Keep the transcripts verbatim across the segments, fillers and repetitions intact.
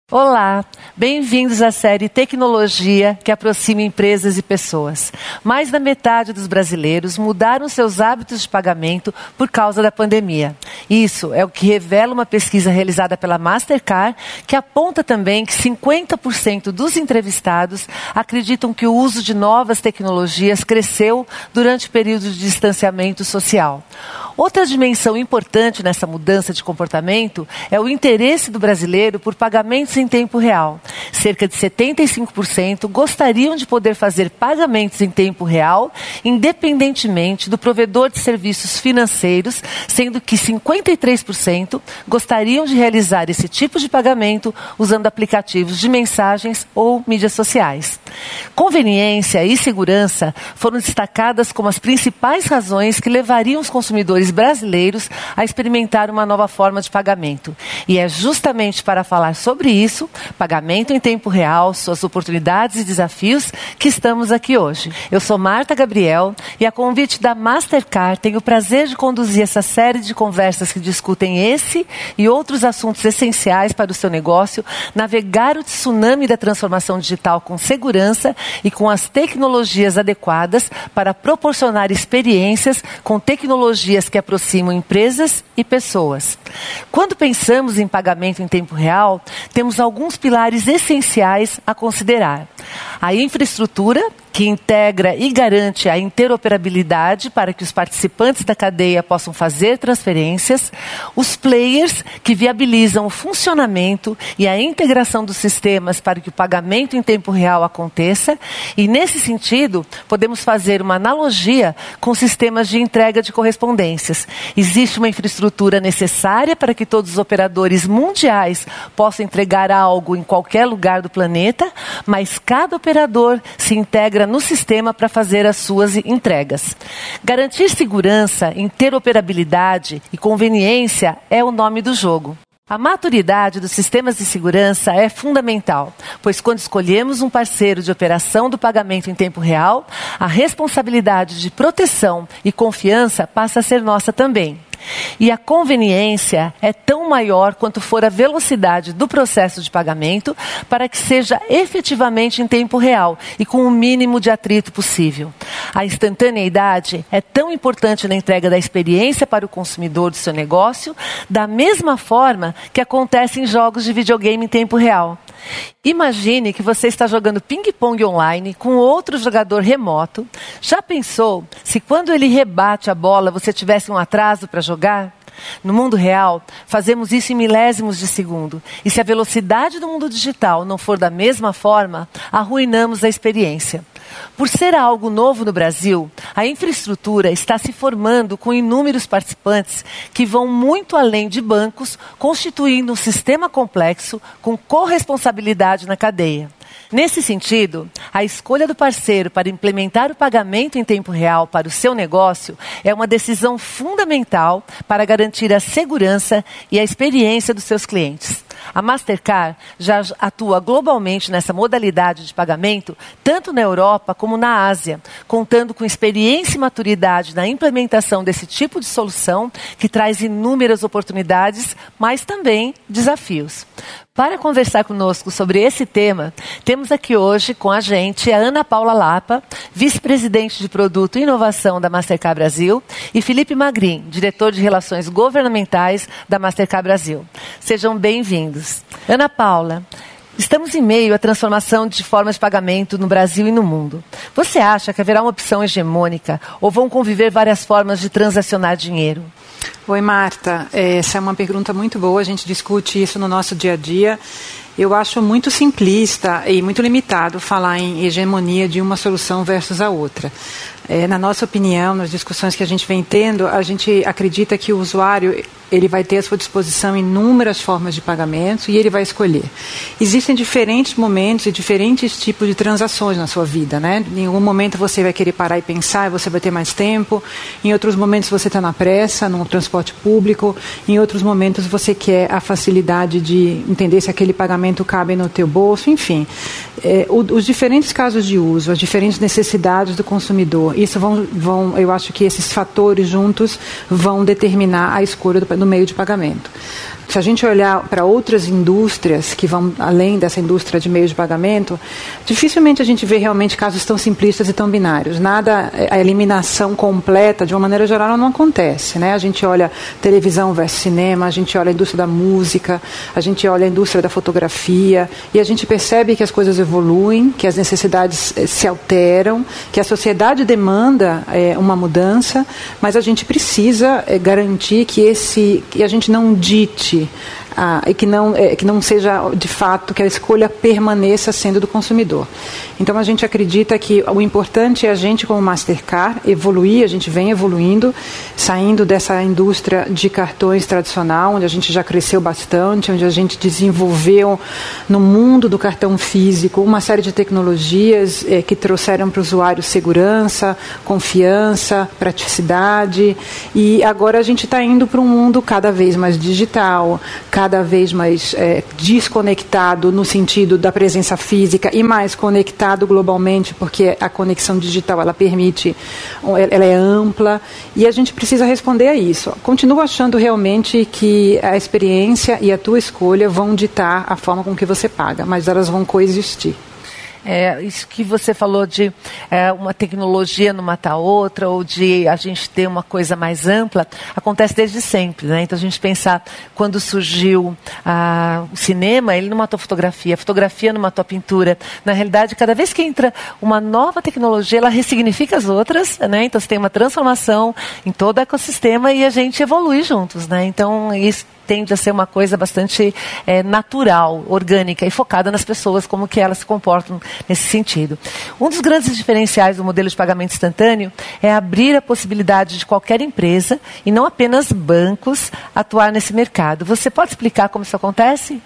Olá, bem-vindos à série Tecnologia que aproxima empresas e pessoas. Mais da metade dos brasileiros mudaram seus hábitos de pagamento por causa da pandemia. Isso é o que revela uma pesquisa realizada pela Mastercard, que aponta também que cinquenta por cento dos entrevistados acreditam que o uso de novas tecnologias cresceu durante o período de distanciamento social. Outra dimensão importante nessa mudança de comportamento é o interesse do brasileiro por pagamentos em tempo real. Cerca de setenta e cinco por cento gostariam de poder fazer pagamentos em tempo real, independentemente do provedor de serviços financeiros, sendo que cinquenta e três por cento gostariam de realizar esse tipo de pagamento usando aplicativos de mensagens ou mídias sociais. Conveniência e segurança foram destacadas como as principais razões que levariam os consumidores brasileiros a experimentar uma nova forma de pagamento. E é justamente para falar sobre isso, pagamento em tempo real, suas oportunidades e desafios, que estamos aqui hoje. Eu sou Marta Gabriel e, a convite da Mastercard, tenho o prazer de conduzir essa série de conversas que discutem esse e outros assuntos essenciais para o seu negócio, navegar o tsunami da transformação digital com segurança e com as tecnologias adequadas para proporcionar experiências com tecnologias que aproximam empresas e pessoas. Quando pensamos em pagamento em tempo real, temos alguns pilares essenciais a considerar. A infraestrutura, que integra e garante a interoperabilidade para que os participantes da cadeia possam fazer transferências, os players, que viabilizam o funcionamento e a integração dos sistemas para que o pagamento em tempo real aconteça, e nesse sentido, podemos fazer uma analogia com sistemas de entrega de correspondências. Existe uma infraestrutura necessária para que todos os operadores mundiais possam entregar algo em qualquer lugar do planeta, mas cada operador se integra no sistema para fazer as suas entregas. Garantir segurança, interoperabilidade e conveniência é o nome do jogo. A maturidade dos sistemas de segurança é fundamental, pois quando escolhemos um parceiro de operação do pagamento em tempo real, a responsabilidade de proteção e confiança passa a ser nossa também. E a conveniência é tão maior quanto for a velocidade do processo de pagamento para que seja efetivamente em tempo real e com o mínimo de atrito possível. A instantaneidade é tão importante na entrega da experiência para o consumidor do seu negócio, da mesma forma que acontece em jogos de videogame em tempo real. Imagine que você está jogando ping-pong online com outro jogador remoto. Já pensou se quando ele rebate a bola você tivesse um atraso para jogar? No mundo real, fazemos isso em milésimos de segundo. E se a velocidade do mundo digital não for da mesma forma, arruinamos a experiência. Por ser algo novo no Brasil, a infraestrutura está se formando com inúmeros participantes que vão muito além de bancos, constituindo um sistema complexo com corresponsabilidade na cadeia. Nesse sentido, a escolha do parceiro para implementar o pagamento em tempo real para o seu negócio é uma decisão fundamental para garantir a segurança e a experiência dos seus clientes. A Mastercard já atua globalmente nessa modalidade de pagamento, tanto na Europa como na Ásia, contando com experiência e maturidade na implementação desse tipo de solução, que traz inúmeras oportunidades, mas também desafios. Para conversar conosco sobre esse tema, temos aqui hoje com a gente a Ana Paula Lapa, vice-presidente de Produto e Inovação da Mastercard Brasil, e Felipe Magrin, diretor de Relações Governamentais da Mastercard Brasil. Sejam bem-vindos. Ana Paula, estamos em meio à transformação de formas de pagamento no Brasil e no mundo. Você acha que haverá uma opção hegemônica ou vão conviver várias formas de transacionar dinheiro? Oi, Marta. Essa é uma pergunta muito boa. A gente discute isso no nosso dia a dia. Eu acho muito simplista e muito limitado falar em hegemonia de uma solução versus a outra. É, na nossa opinião, nas discussões que a gente vem tendo, a gente acredita que o usuário ele vai ter à sua disposição inúmeras formas de pagamento e ele vai escolher. Existem diferentes momentos e diferentes tipos de transações na sua vida, né? Em algum momento você vai querer parar e pensar e você vai ter mais tempo. Em outros momentos você está na pressa, no transporte público. Em outros momentos você quer a facilidade de entender se aquele pagamento cabe no teu bolso. Enfim, é, o, os diferentes casos de uso, as diferentes necessidades do consumidor, isso vão, vão, eu acho que esses fatores juntos vão determinar a escolha do, do meio de pagamento. Se a gente olhar para outras indústrias que vão além dessa indústria de meios de pagamento, dificilmente a gente vê realmente casos tão simplistas e tão binários. Nada, a eliminação completa, de uma maneira geral, não acontece, né? A gente olha televisão versus cinema, a gente olha a indústria da música, a gente olha a indústria da fotografia, e a gente percebe que as coisas evoluem, que as necessidades se alteram, que a sociedade demanda é, uma mudança, mas a gente precisa é, garantir que, esse, que a gente não dite Ah, e que não, é, que não seja de fato, que a escolha permaneça sendo do consumidor. Então a gente acredita que o importante é a gente, como Mastercard, evoluir, a gente vem evoluindo, saindo dessa indústria de cartões tradicional, onde a gente já cresceu bastante, onde a gente desenvolveu no mundo do cartão físico uma série de tecnologias é, que trouxeram para o usuário segurança, confiança, praticidade, e agora a gente está indo para um mundo cada vez mais digital, cada cada vez mais é, desconectado no sentido da presença física e mais conectado globalmente, porque a conexão digital ela permite, ela é ampla, e a gente precisa responder a isso. Continuo achando realmente que a experiência e a tua escolha vão ditar a forma com que você paga, mas elas vão coexistir. É, isso que você falou de é, uma tecnologia não matar outra, ou de a gente ter uma coisa mais ampla, acontece desde sempre, né? Então a gente pensar, quando surgiu ah, o cinema, ele não matou a fotografia, a fotografia não matou a pintura. Na realidade, cada vez que entra uma nova tecnologia, ela ressignifica as outras, né? Então você tem uma transformação em todo o ecossistema e a gente evolui juntos, né? Então isso tende a ser uma coisa bastante é, natural, orgânica e focada nas pessoas, como que elas se comportam nesse sentido. Um dos grandes diferenciais do modelo de pagamento instantâneo é abrir a possibilidade de qualquer empresa, e não apenas bancos, atuar nesse mercado. Você pode explicar como isso acontece?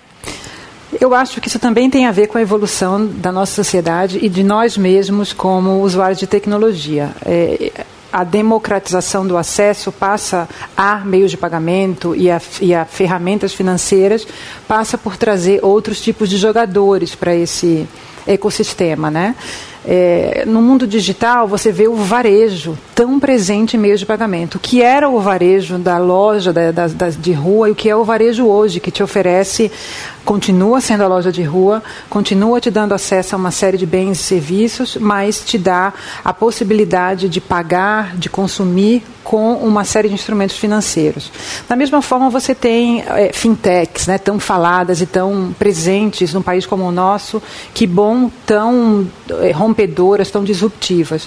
Eu acho que isso também tem a ver com a evolução da nossa sociedade e de nós mesmos como usuários de tecnologia. É, A democratização do acesso passa a meios de pagamento e a, e a ferramentas financeiras, passa por trazer outros tipos de jogadores para esse ecossistema, né? É, no mundo digital, você vê o varejo tão presente em meios de pagamento. O que era o varejo da loja da, da, da, de rua e o que é o varejo hoje, que te oferece, continua sendo a loja de rua, continua te dando acesso a uma série de bens e serviços, mas te dá a possibilidade de pagar, de consumir com uma série de instrumentos financeiros. Da mesma forma, você tem é, fintechs, né, tão faladas e tão presentes num país como o nosso, que bom, tão é, rompedoras, tão disruptivas.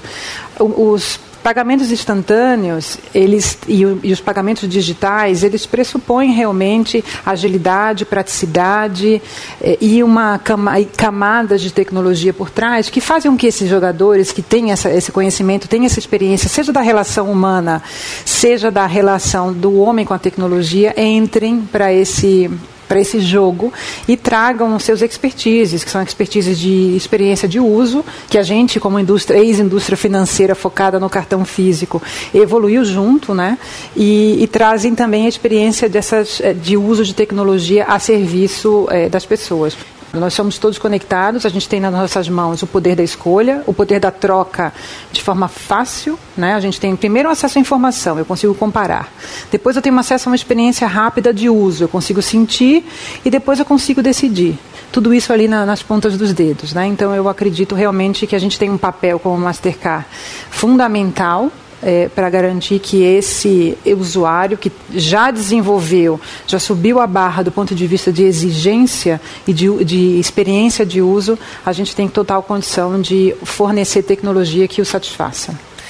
Os pagamentos instantâneos, eles, e, o, e os pagamentos digitais, eles pressupõem realmente agilidade, praticidade eh, e uma cama, e camadas de tecnologia por trás que fazem com que esses jogadores que têm essa, esse conhecimento, têm essa experiência, seja da relação humana, seja da relação do homem com a tecnologia, entrem para esse... para esse jogo e tragam seus expertises, que são expertises de experiência de uso, que a gente, como indústria, ex-indústria financeira focada no cartão físico, evoluiu junto, né? E, e trazem também a experiência dessas, de uso de tecnologia a serviço é, das pessoas. Nós somos todos conectados, a gente tem nas nossas mãos o poder da escolha, o poder da troca de forma fácil, né? A gente tem primeiro acesso à informação, eu consigo comparar. Depois eu tenho acesso a uma experiência rápida de uso, eu consigo sentir e depois eu consigo decidir. Tudo isso ali na, nas pontas dos dedos, né? Então eu acredito realmente que a gente tem um papel como Mastercard fundamental, É, para garantir que esse usuário que já desenvolveu, já subiu a barra do ponto de vista de exigência e de, de experiência de uso, a gente tem total condição de fornecer tecnologia que o satisfaça.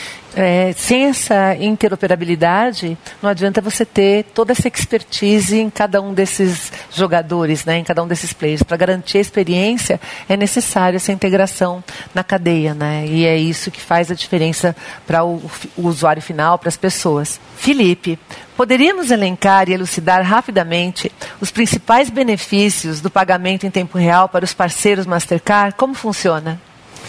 É, sem essa interoperabilidade, não adianta você ter toda essa expertise em cada um desses jogadores, né, em cada um desses players. Para garantir a experiência, é necessário essa integração na cadeia, né, e é isso que faz a diferença para o, o usuário final, para as pessoas. Felipe, poderíamos elencar e elucidar rapidamente os principais benefícios do pagamento em tempo real para os parceiros Mastercard? Como funciona?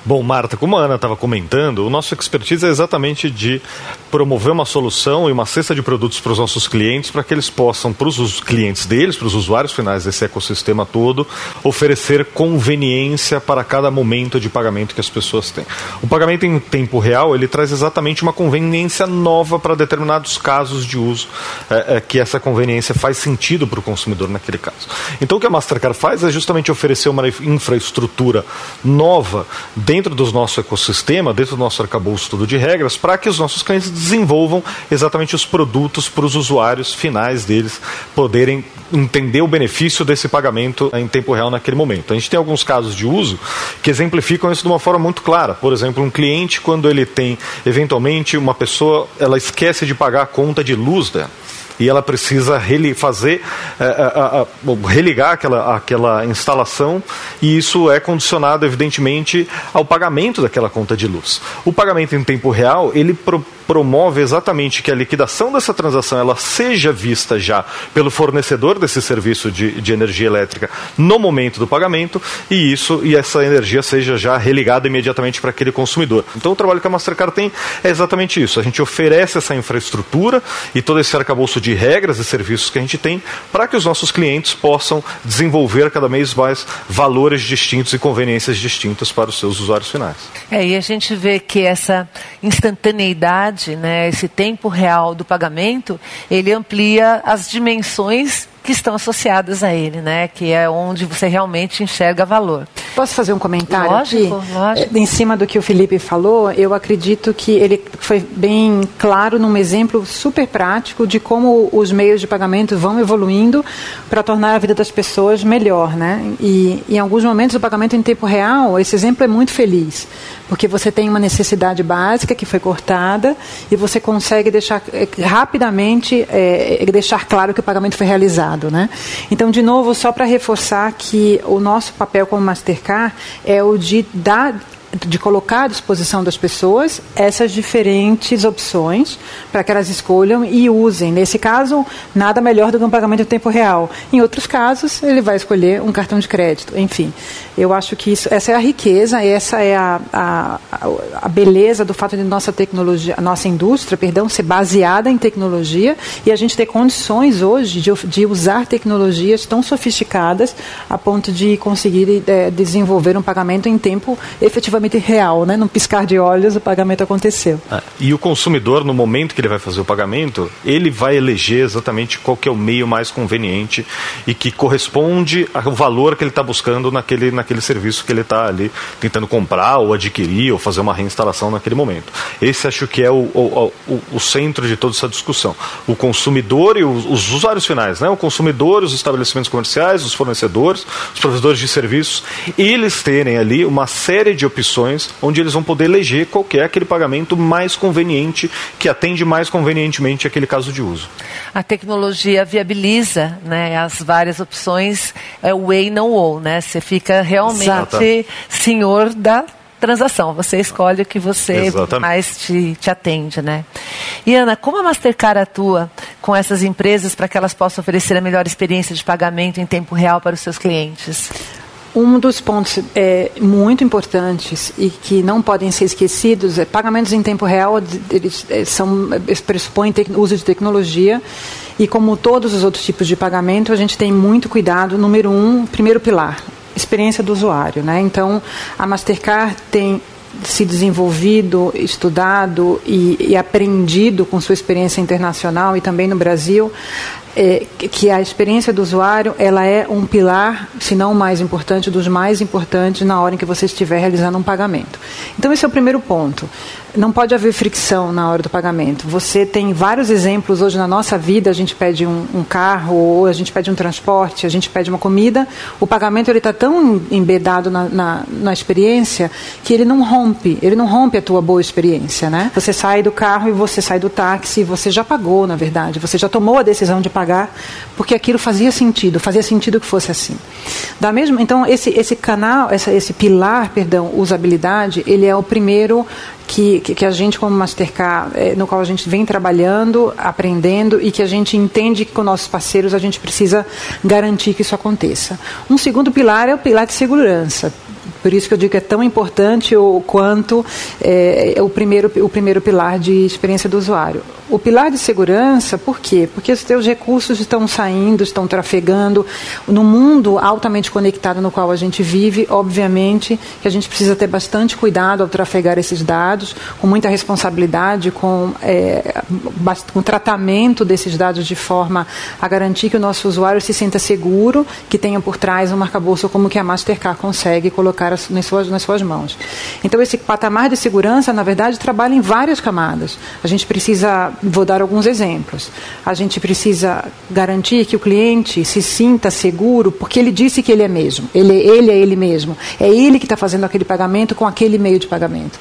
Bom, Marta, como a Ana estava comentando, o nosso expertise é exatamente de promover uma solução e uma cesta de produtos para os nossos clientes, para que eles possam, para os clientes deles, para os usuários finais desse ecossistema todo, oferecer conveniência para cada momento de pagamento que as pessoas têm. O pagamento em tempo real, ele traz exatamente uma conveniência nova para determinados casos de uso, é, é, que essa conveniência faz sentido para o consumidor naquele caso. Então, o que a Mastercard faz é justamente oferecer uma infraestrutura nova dentro do nosso ecossistema, dentro do nosso arcabouço todo de regras, para que os nossos clientes desenvolvam exatamente os produtos para os usuários finais deles poderem entender o benefício desse pagamento em tempo real naquele momento. A gente tem alguns casos de uso que exemplificam isso de uma forma muito clara. Por exemplo, um cliente, quando ele tem, eventualmente, uma pessoa, ela esquece de pagar a conta de luz dela, e ela precisa fazer, é, a, a, religar aquela, aquela instalação, e isso é condicionado, evidentemente, ao pagamento daquela conta de luz. O pagamento em tempo real, ele pro, promove exatamente que a liquidação dessa transação ela seja vista já pelo fornecedor desse serviço de, de energia elétrica no momento do pagamento, e isso e essa energia seja já religada imediatamente para aquele consumidor. Então, o trabalho que a Mastercard tem é exatamente isso. A gente oferece essa infraestrutura e todo esse arcabouço de regras e serviços que a gente tem para que os nossos clientes possam desenvolver cada vez mais valores distintos e conveniências distintas para os seus usuários finais. É, e a gente vê que essa instantaneidade, né, esse tempo real do pagamento, ele amplia as dimensões que estão associadas a ele, né? Que é onde você realmente enxerga valor. Posso fazer um comentário lógico, aqui? Lógico. Em cima do que o Felipe falou, eu acredito que ele foi bem claro num exemplo super prático de como os meios de pagamento vão evoluindo para tornar a vida das pessoas melhor, né? E em alguns momentos o pagamento em tempo real, esse exemplo é muito feliz, porque você tem uma necessidade básica que foi cortada e você consegue deixar rapidamente é, deixar claro que o pagamento foi realizado. Né? Então, de novo, só para reforçar que o nosso papel como Mastercard é o de dar, de colocar à disposição das pessoas essas diferentes opções para que elas escolham e usem. Nesse caso, nada melhor do que um pagamento em tempo real. Em outros casos, ele vai escolher um cartão de crédito. Enfim, eu acho que isso, essa é a riqueza, essa é a, a, a beleza do fato de nossa tecnologia, a nossa indústria, perdão, ser baseada em tecnologia e a gente ter condições hoje de, de usar tecnologias tão sofisticadas a ponto de conseguir é, desenvolver um pagamento em tempo efetivamente real, né? Num piscar de olhos o pagamento aconteceu. Ah, e o consumidor, no momento que ele vai fazer o pagamento, ele vai eleger exatamente qual que é o meio mais conveniente e que corresponde ao valor que ele está buscando naquele, naquele serviço que ele está ali tentando comprar ou adquirir ou fazer uma reinstalação naquele momento. Esse acho que é o, o, o, o centro de toda essa discussão. O consumidor e os, os usuários finais, né? O consumidor, os estabelecimentos comerciais, os fornecedores, os provedores de serviços, eles terem ali uma série de opções onde eles vão poder eleger qual que é aquele pagamento mais conveniente, que atende mais convenientemente aquele caso de uso. A tecnologia viabiliza, né, as várias opções, é o way, não ou, né? Você fica realmente Exato. senhor da transação, você escolhe o que você Exatamente. mais te, te atende, né? E Ana, como a Mastercard atua com essas empresas para que elas possam oferecer a melhor experiência de pagamento em tempo real para os seus clientes? Um dos pontos é, muito importantes e que não podem ser esquecidos é pagamentos em tempo real, eles, são, eles pressupõem tec, uso de tecnologia e como todos os outros tipos de pagamento, a gente tem muito cuidado. Número um, primeiro pilar, experiência do usuário, né? Então, a Mastercard tem se desenvolvido, estudado e, e aprendido com sua experiência internacional e também no Brasil, é, que a experiência do usuário ela é um pilar, se não o mais importante, dos mais importantes na hora em que você estiver realizando um pagamento. Então esse é o primeiro ponto. Não pode haver fricção na hora do pagamento. Você tem vários exemplos hoje na nossa vida, a gente pede um, um carro, ou a gente pede um transporte, a gente pede uma comida, o pagamento ele está tão embedado na, na, na experiência que ele não rompe, ele não rompe a tua boa experiência, né? Você sai do carro e você sai do táxi, você já pagou, na verdade, você já tomou a decisão de pagar, porque aquilo fazia sentido, fazia sentido que fosse assim. Da mesma, então, esse, esse canal, essa, esse pilar, perdão, usabilidade, ele é o primeiro que, que, que a gente, como Mastercard, é, no qual a gente vem trabalhando, aprendendo e que a gente entende que com nossos parceiros a gente precisa garantir que isso aconteça. Um segundo pilar é o pilar de segurança. Por isso que eu digo que é tão importante o quanto é, o, primeiro, o primeiro pilar de experiência do usuário. O pilar de segurança, por quê? Porque os teus recursos estão saindo, estão trafegando. No mundo altamente conectado no qual a gente vive, obviamente que a gente precisa ter bastante cuidado ao trafegar esses dados, com muita responsabilidade, com, é, com o tratamento desses dados de forma a garantir que o nosso usuário se sinta seguro, que tenha por trás um arcabouço como que a Mastercard consegue colocar nas suas, nas suas mãos. Então, esse patamar de segurança, na verdade, trabalha em várias camadas. A gente precisa, vou dar alguns exemplos, a gente precisa garantir que o cliente se sinta seguro, porque ele disse que ele é mesmo, ele, ele é ele mesmo, é ele que está fazendo aquele pagamento com aquele meio de pagamento.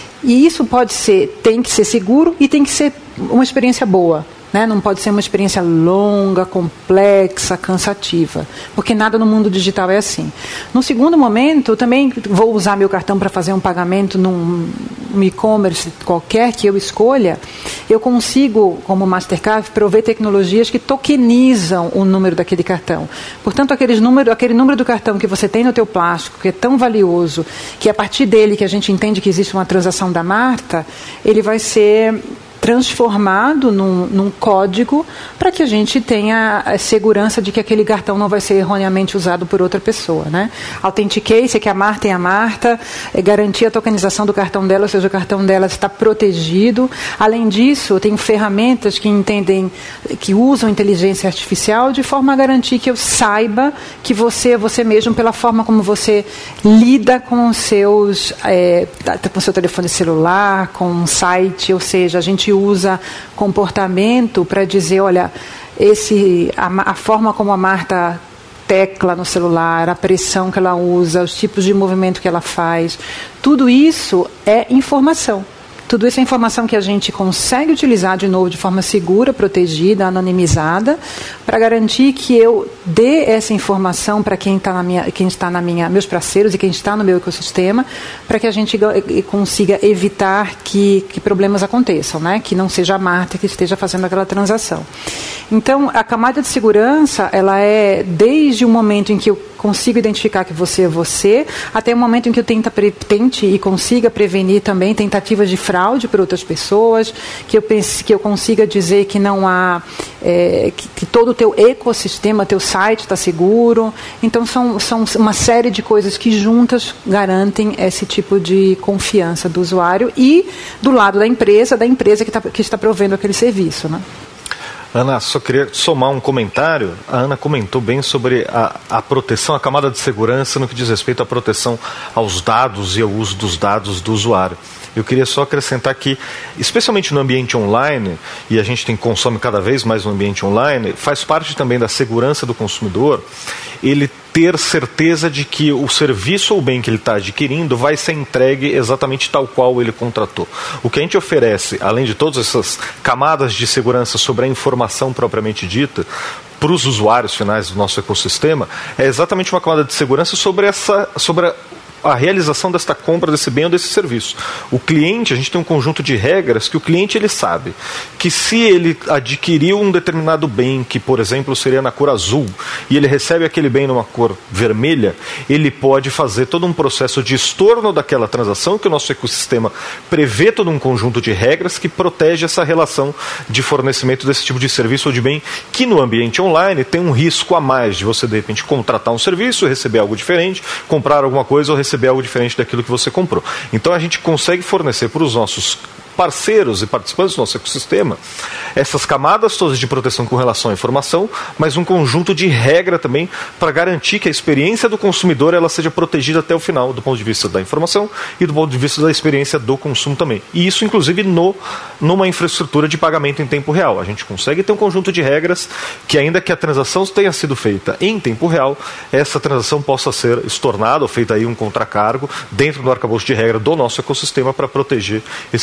E isso pode ser, tem que ser seguro e tem que ser uma experiência boa. Né? Não pode ser uma experiência longa, complexa, cansativa, porque nada no mundo digital é assim. No segundo momento, eu também vou usar meu cartão para fazer um pagamento num um e-commerce qualquer que eu escolha, eu consigo, como Mastercard, prover tecnologias que tokenizam o número daquele cartão. Portanto, aqueles número, aquele número do cartão que você tem no teu plástico, que é tão valioso, que é a partir dele que a gente entende que existe uma transação da Marta, ele vai ser transformado num, num código para que a gente tenha a segurança de que aquele cartão não vai ser erroneamente usado por outra pessoa. Né? Authenticate, que a Marta é a Marta, é garantir a tokenização do cartão dela, ou seja, o cartão dela está protegido. Além disso, eu tenho ferramentas que entendem, que usam inteligência artificial de forma a garantir que eu saiba que você é você mesmo pela forma como você lida com os seus, é, com o seu telefone celular, com um site, ou seja, a gente usa comportamento para dizer, olha, esse, a, a forma como a Marta tecla no celular, a pressão que ela usa, os tipos de movimento que ela faz, tudo isso é informação. Tudo isso é informação que a gente consegue utilizar de novo de forma segura, protegida, anonimizada, para garantir que eu dê essa informação para quem está na minha, quem está na minha, meus parceiros e quem está no meu ecossistema, para que a gente consiga evitar que, que problemas aconteçam, né? Que não seja a Marta que esteja fazendo aquela transação. Então, a camada de segurança, ela é desde o momento em que eu consigo identificar que você é você, até o momento em que eu tenta, tente e consiga prevenir também tentativas de fraude por outras pessoas, que eu, pense, que eu consiga dizer que não há, é, que, que todo o teu ecossistema, teu site está seguro. Então, são, são uma série de coisas que juntas garantem esse tipo de confiança do usuário e do lado da empresa, da empresa que, tá, que está provendo aquele serviço, né? Ana, só queria somar um comentário. A Ana comentou bem sobre a, a proteção, a camada de segurança no que diz respeito à proteção aos dados e ao uso dos dados do usuário. Eu queria só acrescentar que, especialmente no ambiente online, e a gente tem, consome cada vez mais no ambiente online, faz parte também da segurança do consumidor ele ter certeza de que o serviço ou bem que ele está adquirindo vai ser entregue exatamente tal qual ele contratou. O que a gente oferece, além de todas essas camadas de segurança sobre a informação propriamente dita, para os usuários finais do nosso ecossistema, é exatamente uma camada de segurança sobre essa, sobre a a realização desta compra, desse bem ou desse serviço. O cliente, a gente tem um conjunto de regras que o cliente ele sabe que se ele adquiriu um determinado bem, que por exemplo seria na cor azul, e ele recebe aquele bem numa cor vermelha, ele pode fazer todo um processo de estorno daquela transação, que o nosso ecossistema prevê todo um conjunto de regras que protege essa relação de fornecimento desse tipo de serviço ou de bem, que no ambiente online tem um risco a mais de você de repente contratar um serviço, receber algo diferente, comprar alguma coisa ou receber receber algo diferente daquilo que você comprou. Então a gente consegue fornecer para os nossos parceiros e participantes do nosso ecossistema essas camadas todas de proteção com relação à informação, mas um conjunto de regra também para garantir que a experiência do consumidor ela seja protegida até o final, do ponto de vista da informação e do ponto de vista da experiência do consumo também. E isso inclusive no, numa infraestrutura de pagamento em tempo real. A gente consegue ter um conjunto de regras que, ainda que a transação tenha sido feita em tempo real, essa transação possa ser estornada ou feita aí um contracargo dentro do arcabouço de regra do nosso ecossistema para proteger esse tipo de situação.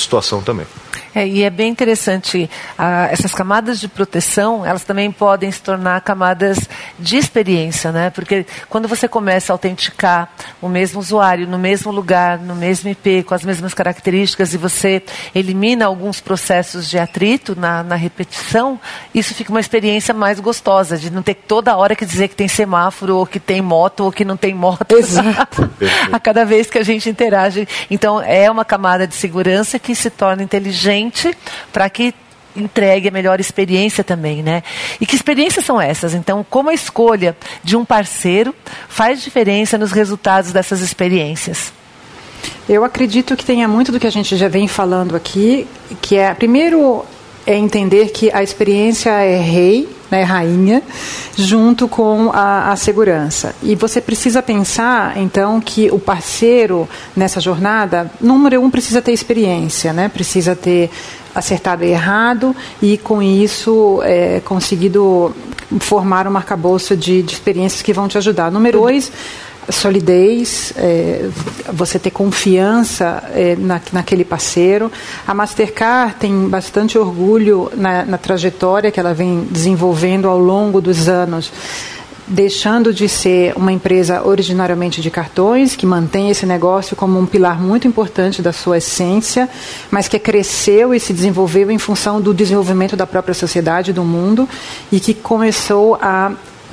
situação também. É, e é bem interessante, ah, essas camadas de proteção, elas também podem se tornar camadas de experiência, né? Porque quando você começa a autenticar o mesmo usuário, no mesmo lugar, no mesmo I P, com as mesmas características, e você elimina alguns processos de atrito na, na repetição, isso fica uma experiência mais gostosa, de não ter toda hora que dizer que tem semáforo, ou que tem moto, ou que não tem moto. Exato. A cada vez que a gente interage. Então, é uma camada de segurança que se torna inteligente para que entregue a melhor experiência também, né? E que experiências são essas? Então, como a escolha de um parceiro faz diferença nos resultados dessas experiências? Eu acredito que tenha muito do que a gente já vem falando aqui, que é, primeiro, é entender que a experiência é rei, né, rainha, junto com a, a segurança. E você precisa pensar, então, que o parceiro nessa jornada, número um, precisa ter experiência, né, precisa ter acertado e errado e, com isso, é, conseguido formar um arcabouço de, de experiências que vão te ajudar. Número dois, solidez, é, você ter confiança é, na, naquele parceiro. A Mastercard tem bastante orgulho na, na trajetória que ela vem desenvolvendo ao longo dos anos, deixando de ser uma empresa originariamente de cartões, que mantém esse negócio como um pilar muito importante da sua essência, mas que cresceu e se desenvolveu em função do desenvolvimento da própria sociedade, do mundo, e que começou a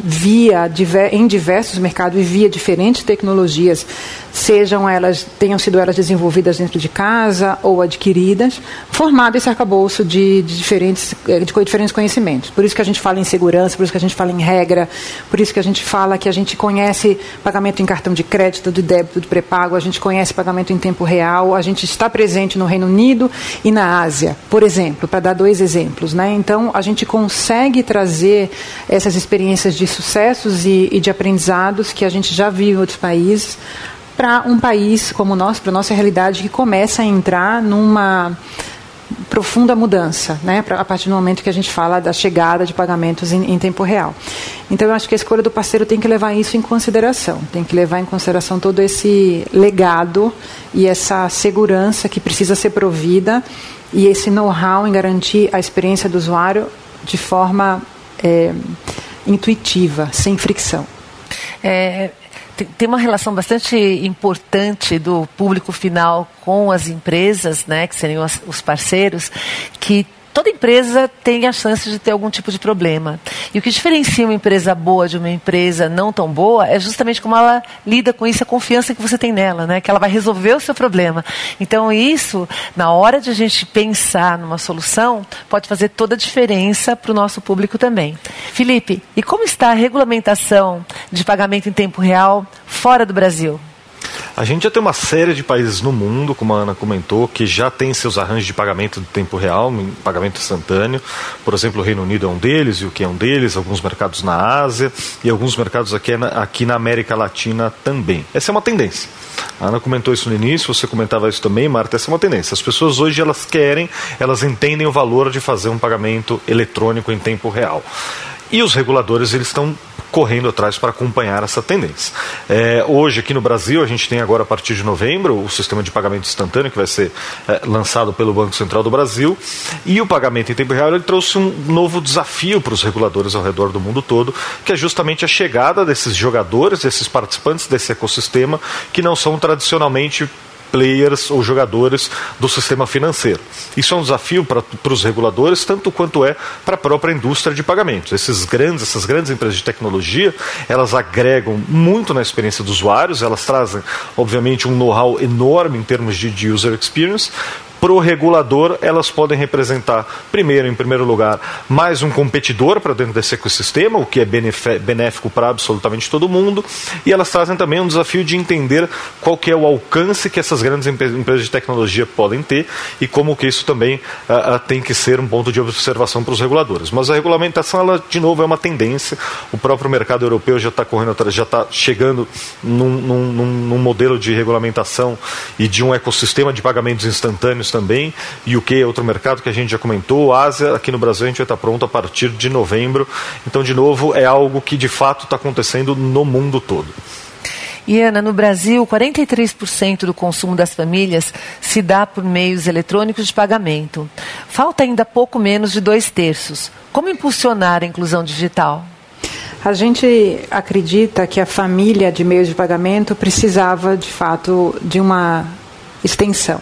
via em diversos mercados e via diferentes tecnologias, sejam elas, tenham sido elas desenvolvidas dentro de casa ou adquiridas, formado esse arcabouço de, de, diferentes, de diferentes conhecimentos. Por isso que a gente fala em segurança, por isso que a gente fala em regra, por isso que a gente fala que a gente conhece pagamento em cartão de crédito, de débito, de pré-pago, a gente conhece pagamento em tempo real, a gente está presente no Reino Unido e na Ásia, por exemplo, para dar dois exemplos, né? Então, a gente consegue trazer essas experiências de sucessos e, e de aprendizados que a gente já viu em outros países para um país como o nosso, para a nossa realidade, que começa a entrar numa profunda mudança, né, pra, a partir do momento que a gente fala da chegada de pagamentos em, em tempo real. Então, eu acho que a escolha do parceiro tem que levar isso em consideração, tem que levar em consideração todo esse legado e essa segurança que precisa ser provida e esse know-how em garantir a experiência do usuário de forma é, intuitiva, sem fricção. É, tem uma relação bastante importante do público final com as empresas, né, que seriam os parceiros, que toda empresa tem a chance de ter algum tipo de problema. E o que diferencia uma empresa boa de uma empresa não tão boa é justamente como ela lida com isso, a confiança que você tem nela, né? Que ela vai resolver o seu problema. Então, isso, na hora de a gente pensar numa solução, pode fazer toda a diferença para o nosso público também. Felipe, e como está a regulamentação de pagamento em tempo real fora do Brasil? A gente já tem uma série de países no mundo, como a Ana comentou, que já tem seus arranjos de pagamento de tempo real, pagamento instantâneo. Por exemplo, o Reino Unido é um deles, e o U K é um deles, alguns mercados na Ásia e alguns mercados aqui na, aqui na América Latina também. Essa é uma tendência. A Ana comentou isso no início, você comentava isso também, Marta, essa é uma tendência. As pessoas hoje, elas querem, elas entendem o valor de fazer um pagamento eletrônico em tempo real. E os reguladores, eles estão correndo atrás para acompanhar essa tendência. É, hoje, aqui no Brasil, a gente tem agora, a partir de novembro, o sistema de pagamento instantâneo, que vai ser é, lançado pelo Banco Central do Brasil, e o pagamento em tempo real, ele trouxe um novo desafio para os reguladores ao redor do mundo todo, que é justamente a chegada desses jogadores, desses participantes desse ecossistema, que não são tradicionalmente players ou jogadores do sistema financeiro. Isso é um desafio para os reguladores, tanto quanto é para a própria indústria de pagamentos. Esses grandes, essas grandes empresas de tecnologia, elas agregam muito na experiência dos usuários, elas trazem, obviamente, um know-how enorme em termos de, de user experience. Para o regulador, elas podem representar, primeiro, em primeiro lugar, mais um competidor para dentro desse ecossistema, o que é benéfico para absolutamente todo mundo, e elas trazem também um desafio de entender qual que é o alcance que essas grandes empresas de tecnologia podem ter e como que isso também uh, uh, tem que ser um ponto de observação para os reguladores. Mas a regulamentação, ela, de novo, é uma tendência. O próprio mercado europeu já está correndo atrás, já está chegando num, num, num modelo de regulamentação e de um ecossistema de pagamentos instantâneos também, e o U K é outro mercado que a gente já comentou, Ásia, aqui no Brasil a gente vai estar pronto a partir de novembro, então de novo é algo que de fato está acontecendo no mundo todo. E Ana, no Brasil, quarenta e três por cento do consumo das famílias se dá por meios eletrônicos de pagamento. Falta ainda pouco menos de dois terços. Como impulsionar a inclusão digital? A gente acredita que a família de meios de pagamento precisava, de fato, de uma extensão.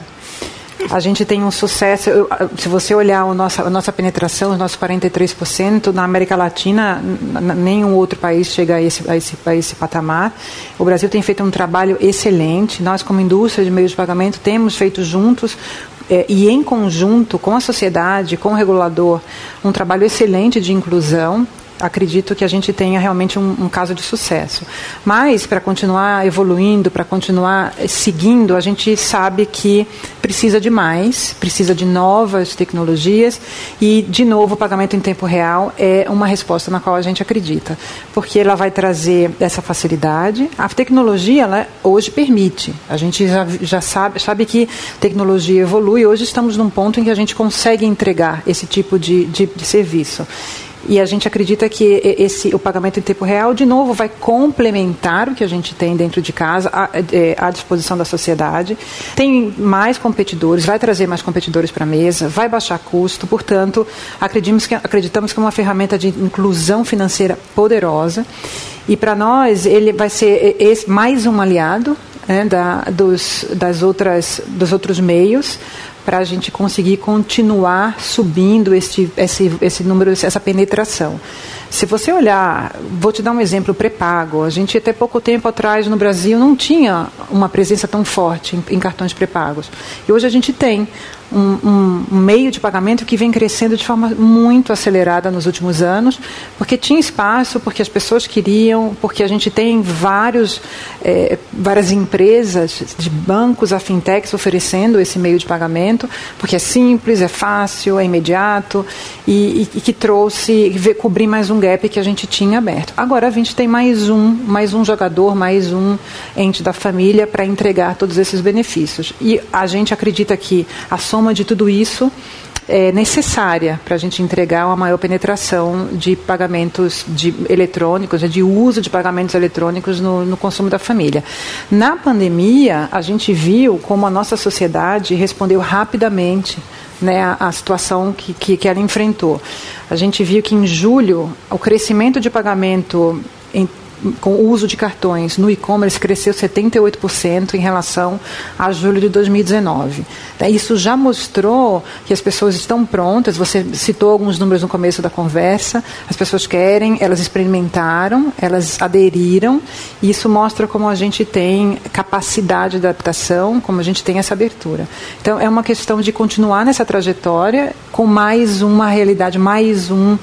A gente tem um sucesso, eu, se você olhar a nossa, a nossa penetração, os nossos quarenta e três por cento, na América Latina, n- nenhum outro país chega a esse, a, esse, a esse patamar. O Brasil tem feito um trabalho excelente. Nós, como indústria de meios de pagamento, temos feito juntos é, e em conjunto com a sociedade, com o regulador, um trabalho excelente de inclusão. Acredito que a gente tenha realmente um, um caso de sucesso. Mas, para continuar evoluindo, para continuar seguindo, a gente sabe que precisa de mais, precisa de novas tecnologias e, de novo, o pagamento em tempo real é uma resposta na qual a gente acredita, porque ela vai trazer essa facilidade. A tecnologia, ela hoje permite. A gente já, já sabe, sabe que tecnologia evolui. Hoje estamos num ponto em que a gente consegue entregar esse tipo de, de, de serviço. E a gente acredita que esse, o pagamento em tempo real, de novo, vai complementar o que a gente tem dentro de casa, à, à disposição da sociedade. Tem mais competidores, vai trazer mais competidores para a mesa, vai baixar custo. Portanto, acreditamos que, acreditamos que é uma ferramenta de inclusão financeira poderosa. E para nós, ele vai ser esse, mais um aliado, né, da, dos, das outras, dos outros meios, para a gente conseguir continuar subindo esse, esse, esse número, essa penetração. Se você olhar, vou te dar um exemplo pré-pago. A gente até pouco tempo atrás no Brasil não tinha uma presença tão forte em, em cartões pré-pagos. E hoje a gente tem um, um, um meio de pagamento que vem crescendo de forma muito acelerada nos últimos anos, porque tinha espaço, porque as pessoas queriam, porque a gente tem vários, é, várias empresas de bancos a fintechs oferecendo esse meio de pagamento, porque é simples, é fácil, é imediato e, e, e que trouxe, cobrir mais um gap que a gente tinha aberto. Agora a gente tem mais um, mais um jogador, mais um ente da família para entregar todos esses benefícios. E a gente acredita que a soma de tudo isso é necessária para a gente entregar uma maior penetração de pagamentos de eletrônicos, de uso de pagamentos eletrônicos no, no consumo da família. Na pandemia, a gente viu como a nossa sociedade respondeu rapidamente, né, a, a situação que, que, que ela enfrentou. A gente viu que em julho o crescimento de pagamento em com o uso de cartões no e-commerce cresceu setenta e oito por cento em relação a julho de dois mil e dezenove. Isso já mostrou que as pessoas estão prontas. Você citou alguns números no começo da conversa. As pessoas querem, elas experimentaram, elas aderiram. E isso mostra como a gente tem capacidade de adaptação, como a gente tem essa abertura. Então, é uma questão de continuar nessa trajetória com mais uma realidade, mais um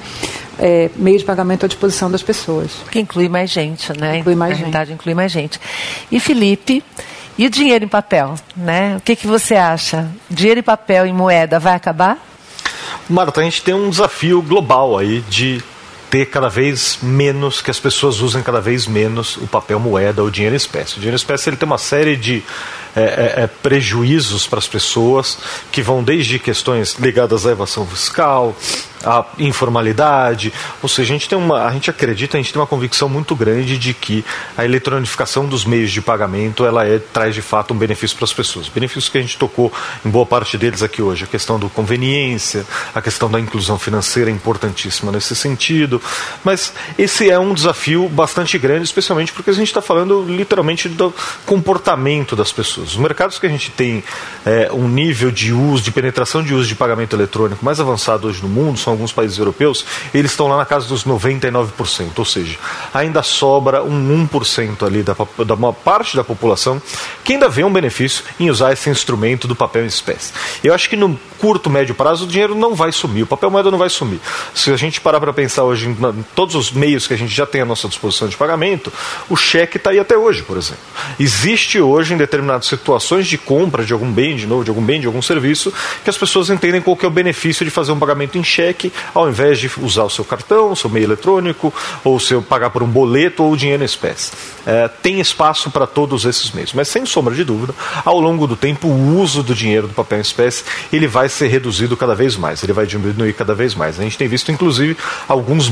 É, meio de pagamento à disposição das pessoas. Que inclui mais gente, né? Inclui mais Na gente. realidade, inclui mais gente. E Felipe, e o dinheiro em papel, né? O que, que você acha? Dinheiro em papel, em moeda, vai acabar? Marta, a gente tem um desafio global aí de ter cada vez menos, que as pessoas usem cada vez menos o papel moeda ou dinheiro em espécie. O dinheiro em espécie ele tem uma série de é, é, prejuízos para as pessoas, que vão desde questões ligadas à evasão fiscal, a informalidade, ou seja, a gente tem uma, a gente acredita, a gente tem uma convicção muito grande de que a eletronificação dos meios de pagamento, ela é, traz de fato um benefício para as pessoas. Benefícios que a gente tocou em boa parte deles aqui hoje, a questão da conveniência, a questão da inclusão financeira é importantíssima nesse sentido, mas esse é um desafio bastante grande, especialmente porque a gente está falando literalmente do comportamento das pessoas. Os mercados que a gente tem é, um nível de uso, de penetração de uso de pagamento eletrônico mais avançado hoje no mundo, são alguns países europeus, eles estão lá na casa dos noventa e nove por cento, ou seja, ainda sobra um um por cento ali da, da uma parte da população que ainda vê um benefício em usar esse instrumento do papel em espécie. Eu acho que no curto, médio prazo o dinheiro não vai sumir, o papel moeda não vai sumir. Se a gente parar para pensar hoje em, em todos os meios que a gente já tem à nossa disposição de pagamento, o cheque está aí até hoje, por exemplo. Existe hoje em determinadas situações de compra de algum bem, de novo, de algum bem, de algum serviço, que as pessoas entendem qual que é o benefício de fazer um pagamento em cheque, ao invés de usar o seu cartão, o seu meio eletrônico, ou o seu pagar por um boleto ou dinheiro em espécie. É, tem espaço para todos esses meios, mas sem sombra de dúvida, ao longo do tempo, o uso do dinheiro do papel em espécie, ele vai ser reduzido cada vez mais, ele vai diminuir cada vez mais. A gente tem visto, inclusive, alguns bancos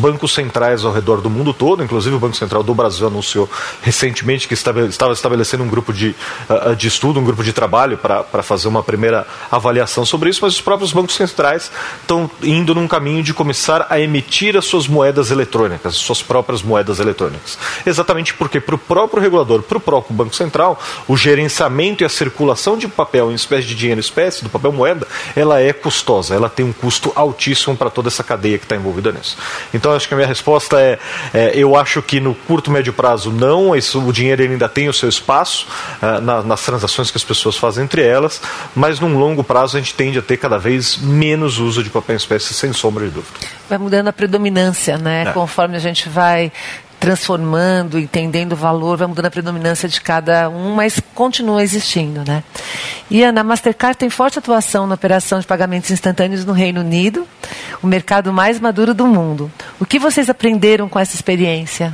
bancos centrais ao redor do mundo todo, inclusive o Banco Central do Brasil anunciou recentemente que estava estabelecendo um grupo de, de estudo, um grupo de trabalho para fazer uma primeira avaliação sobre isso, mas os próprios bancos centrais estão indo num caminho de começar a emitir as suas moedas eletrônicas, as suas próprias moedas eletrônicas. Exatamente porque para o próprio regulador, para o próprio Banco Central, o gerenciamento e a circulação de papel em espécie de dinheiro em espécie, do papel moeda, ela é custosa, ela tem um custo altíssimo para toda essa cadeia que está envolvida nisso. Então, acho que a minha resposta é, é eu acho que no curto, médio prazo não, isso, o dinheiro ainda tem o seu espaço uh, na, nas transações que as pessoas fazem entre elas, mas num longo prazo a gente tende a ter cada vez menos uso de papel em espécie, sem sombra de dúvida. Vai mudando a predominância, né? É. Conforme a gente vai transformando, entendendo o valor, vai mudando a predominância de cada um, mas continua existindo, né? E Ana, a Mastercard tem forte atuação na operação de pagamentos instantâneos no Reino Unido, o mercado mais maduro do mundo. O que vocês aprenderam com essa experiência?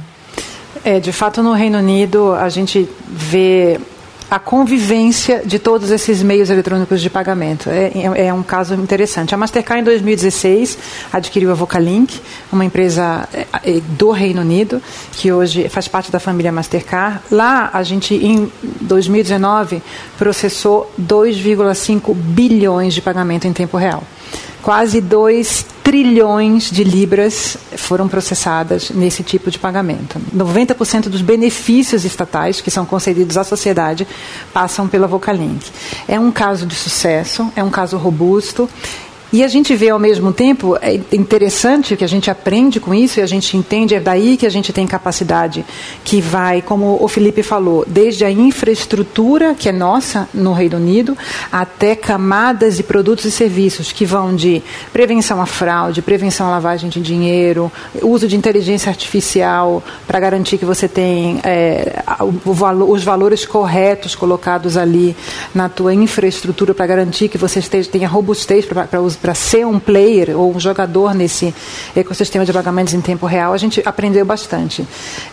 É, de fato, no Reino Unido, a gente vê a convivência de todos esses meios eletrônicos de pagamento. É, é, é um caso interessante. A Mastercard, em dois mil e dezesseis, adquiriu a Vocalink, uma empresa do Reino Unido, que hoje faz parte da família Mastercard. Lá, a gente, em dois mil e dezenove, processou dois vírgula cinco bilhões de pagamento em tempo real. Quase dois trilhões de libras foram processadas nesse tipo de pagamento. noventa por cento dos benefícios estatais que são concedidos à sociedade passam pela Vocalink. É um caso de sucesso, é um caso robusto. E a gente vê ao mesmo tempo, é interessante que a gente aprende com isso e a gente entende, é daí que a gente tem capacidade que vai, como o Felipe falou, desde a infraestrutura, que é nossa no Reino Unido, até camadas de produtos e serviços que vão de prevenção à fraude, prevenção à lavagem de dinheiro, uso de inteligência artificial para garantir que você tem é, o valo, os valores corretos colocados ali na tua infraestrutura para garantir que você esteja, tenha robustez para usar para ser um player ou um jogador nesse ecossistema de pagamentos em tempo real, a gente aprendeu bastante.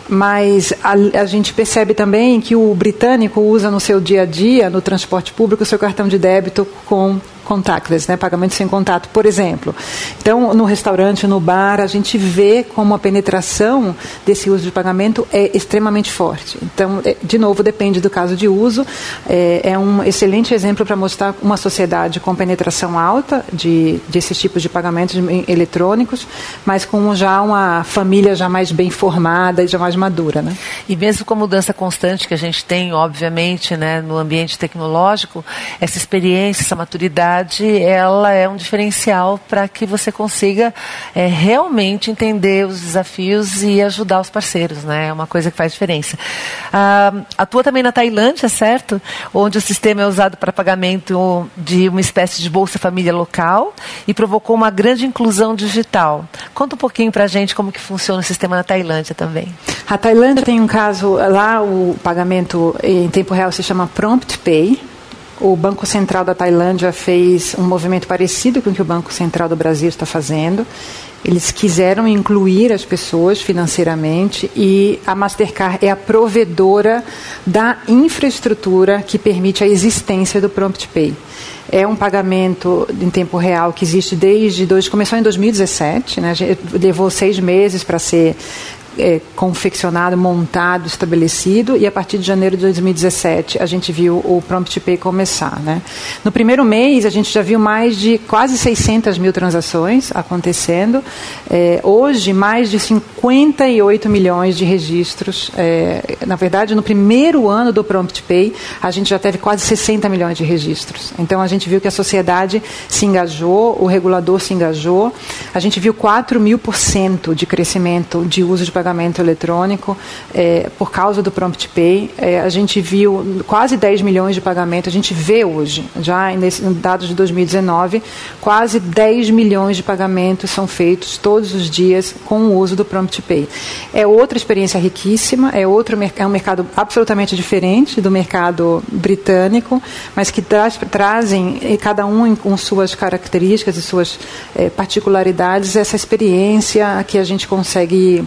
Mas a, a gente percebe também que o britânico usa no seu dia a dia, no transporte público, o seu cartão de débito com contactless, né, pagamento sem contato, por exemplo. Então, no restaurante, no bar, a gente vê como a penetração desse uso de pagamento é extremamente forte. Então, é, de novo, depende do caso de uso. É, é um excelente exemplo para mostrar uma sociedade com penetração alta de, desses tipos de pagamentos eletrônicos, mas com já uma família já mais bem formada e já mais madura, né? E mesmo com a mudança constante que a gente tem, obviamente, né, no ambiente tecnológico, essa experiência, essa maturidade, ela é um diferencial para que você consiga é, realmente entender os desafios e ajudar os parceiros, né? É uma coisa que faz diferença. Ah, atua também na Tailândia, certo? Onde o sistema é usado para pagamento de uma espécie de Bolsa Família local e provocou uma grande inclusão digital. Conta um pouquinho para a gente como que funciona o sistema na Tailândia também. A Tailândia tem um caso, lá o pagamento em tempo real se chama Prompt Pay. O Banco Central da Tailândia fez um movimento parecido com o que o Banco Central do Brasil está fazendo. Eles quiseram incluir as pessoas financeiramente e a Mastercard é a provedora da infraestrutura que permite a existência do Prompt Pay. É um pagamento em tempo real que existe desde... Dois, começou em dois mil e dezessete, né? Levou seis meses para ser... É, confeccionado, montado, estabelecido, e a partir de janeiro de dois mil e dezessete a gente viu o Prompt Pay começar, né? No primeiro mês a gente já viu mais de quase seiscentas mil transações acontecendo, é, hoje mais de cinquenta e oito milhões de registros, é, na verdade no primeiro ano do Prompt Pay a gente já teve quase sessenta milhões de registros, então a gente viu que a sociedade se engajou, o regulador se engajou, a gente viu quatro mil por cento de crescimento de uso de pagamento eletrônico é, por causa do Prompt Pay. É, a gente viu quase dez milhões de pagamentos, a gente vê hoje, já em dados de dois mil e dezenove, quase dez milhões de pagamentos são feitos todos os dias com o uso do Prompt Pay. É outra experiência riquíssima, é, outro, é um mercado absolutamente diferente do mercado britânico, mas que traz, trazem, cada um com suas características e suas é, particularidades, essa experiência que a gente consegue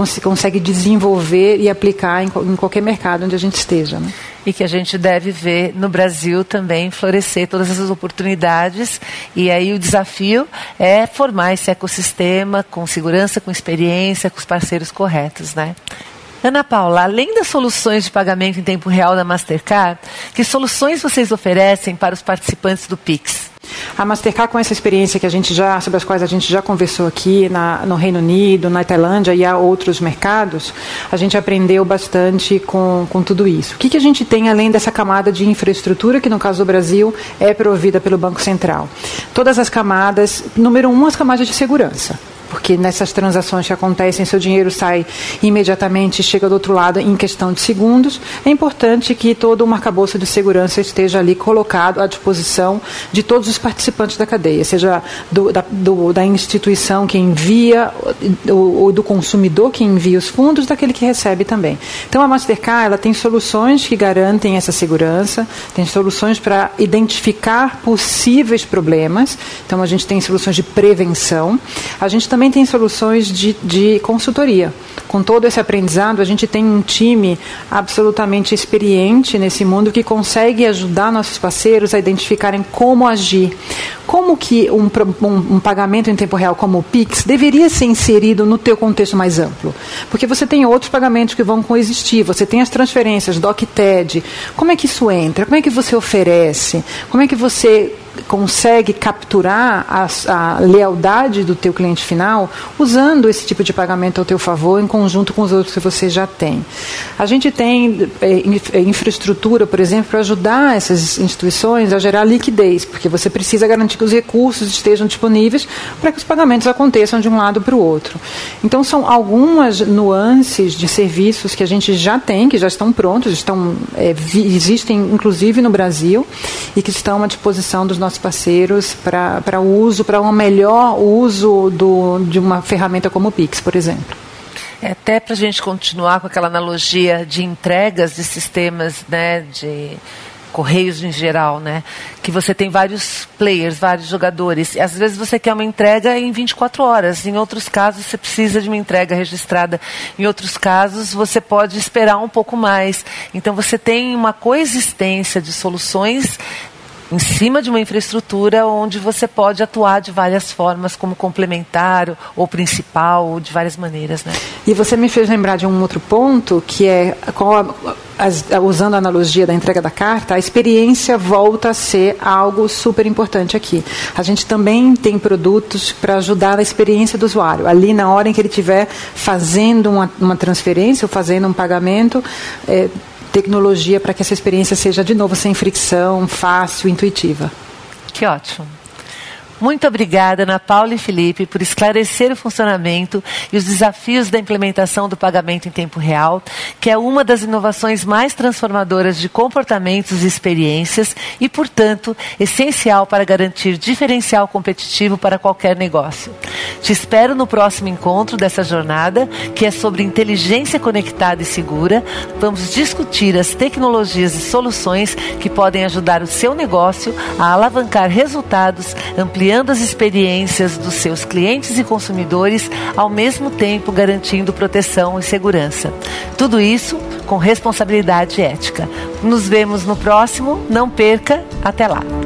cons- consegue desenvolver e aplicar em, em qualquer mercado onde a gente esteja, né? E que a gente deve ver no Brasil também florescer todas essas oportunidades. E aí o desafio é formar esse ecossistema com segurança, com experiência, com os parceiros corretos, né? Ana Paula, além das soluções de pagamento em tempo real da Mastercard, que soluções vocês oferecem para os participantes do Pix? A Mastercard, com essa experiência que a gente já, sobre as quais a gente já conversou aqui na, no Reino Unido, na Tailândia e há outros mercados, a gente aprendeu bastante com, com tudo isso. O que, que a gente tem além dessa camada de infraestrutura, que no caso do Brasil é provida pelo Banco Central? Todas as camadas, número um, as camadas de segurança. Porque nessas transações que acontecem, seu dinheiro sai imediatamente e chega do outro lado em questão de segundos. É importante que todo o arcabouço de segurança esteja ali colocado à disposição de todos os participantes da cadeia, seja do, da, do, da instituição que envia ou, ou do consumidor que envia os fundos, daquele que recebe também. Então a Mastercard ela tem soluções que garantem essa segurança, tem soluções para identificar possíveis problemas. Então a gente tem soluções de prevenção. A gente também tem soluções de, de consultoria. Com todo esse aprendizado, a gente tem um time absolutamente experiente nesse mundo que consegue ajudar nossos parceiros a identificarem como agir. Como que um, um, um pagamento em tempo real como o Pix deveria ser inserido no teu contexto mais amplo? Porque você tem outros pagamentos que vão coexistir, você tem as transferências, D O C, T E D. Como é que isso entra? Como é que você oferece? Como é que você consegue capturar a, a lealdade do teu cliente final usando esse tipo de pagamento ao teu favor em conjunto com os outros que você já tem? A gente tem é, infraestrutura, por exemplo, para ajudar essas instituições a gerar liquidez, porque você precisa garantir que os recursos estejam disponíveis para que os pagamentos aconteçam de um lado para o outro. Então, são algumas nuances de serviços que a gente já tem, que já estão prontos, estão, é, vi, existem inclusive no Brasil e que estão à disposição dos nossos parceiros para o uso, para um melhor uso do, de uma ferramenta como o Pix, por exemplo. É, até para a gente continuar com aquela analogia de entregas de sistemas, né, de correios em geral, né, que você tem vários players, vários jogadores. E às vezes você quer uma entrega em vinte e quatro horas, em outros casos você precisa de uma entrega registrada, em outros casos você pode esperar um pouco mais. Então você tem uma coexistência de soluções em cima de uma infraestrutura onde você pode atuar de várias formas, como complementar ou principal, ou de várias maneiras, né? E você me fez lembrar de um outro ponto, que é, usando a analogia da entrega da carta, a experiência volta a ser algo super importante aqui. A gente também tem produtos para ajudar na experiência do usuário. Ali, na hora em que ele estiver fazendo uma, uma transferência ou fazendo um pagamento, é, tecnologia para que essa experiência seja, de novo, sem fricção, fácil, intuitiva. Que ótimo. Muito obrigada, Ana Paula e Felipe, por esclarecer o funcionamento e os desafios da implementação do pagamento em tempo real, que é uma das inovações mais transformadoras de comportamentos e experiências e, portanto, essencial para garantir diferencial competitivo para qualquer negócio. Te espero no próximo encontro dessa jornada, que é sobre inteligência conectada e segura. Vamos discutir as tecnologias e soluções que podem ajudar o seu negócio a alavancar resultados, ampliando ampliando as experiências dos seus clientes e consumidores, ao mesmo tempo garantindo proteção e segurança. Tudo isso com responsabilidade ética. Nos vemos no próximo. Não perca. Até lá.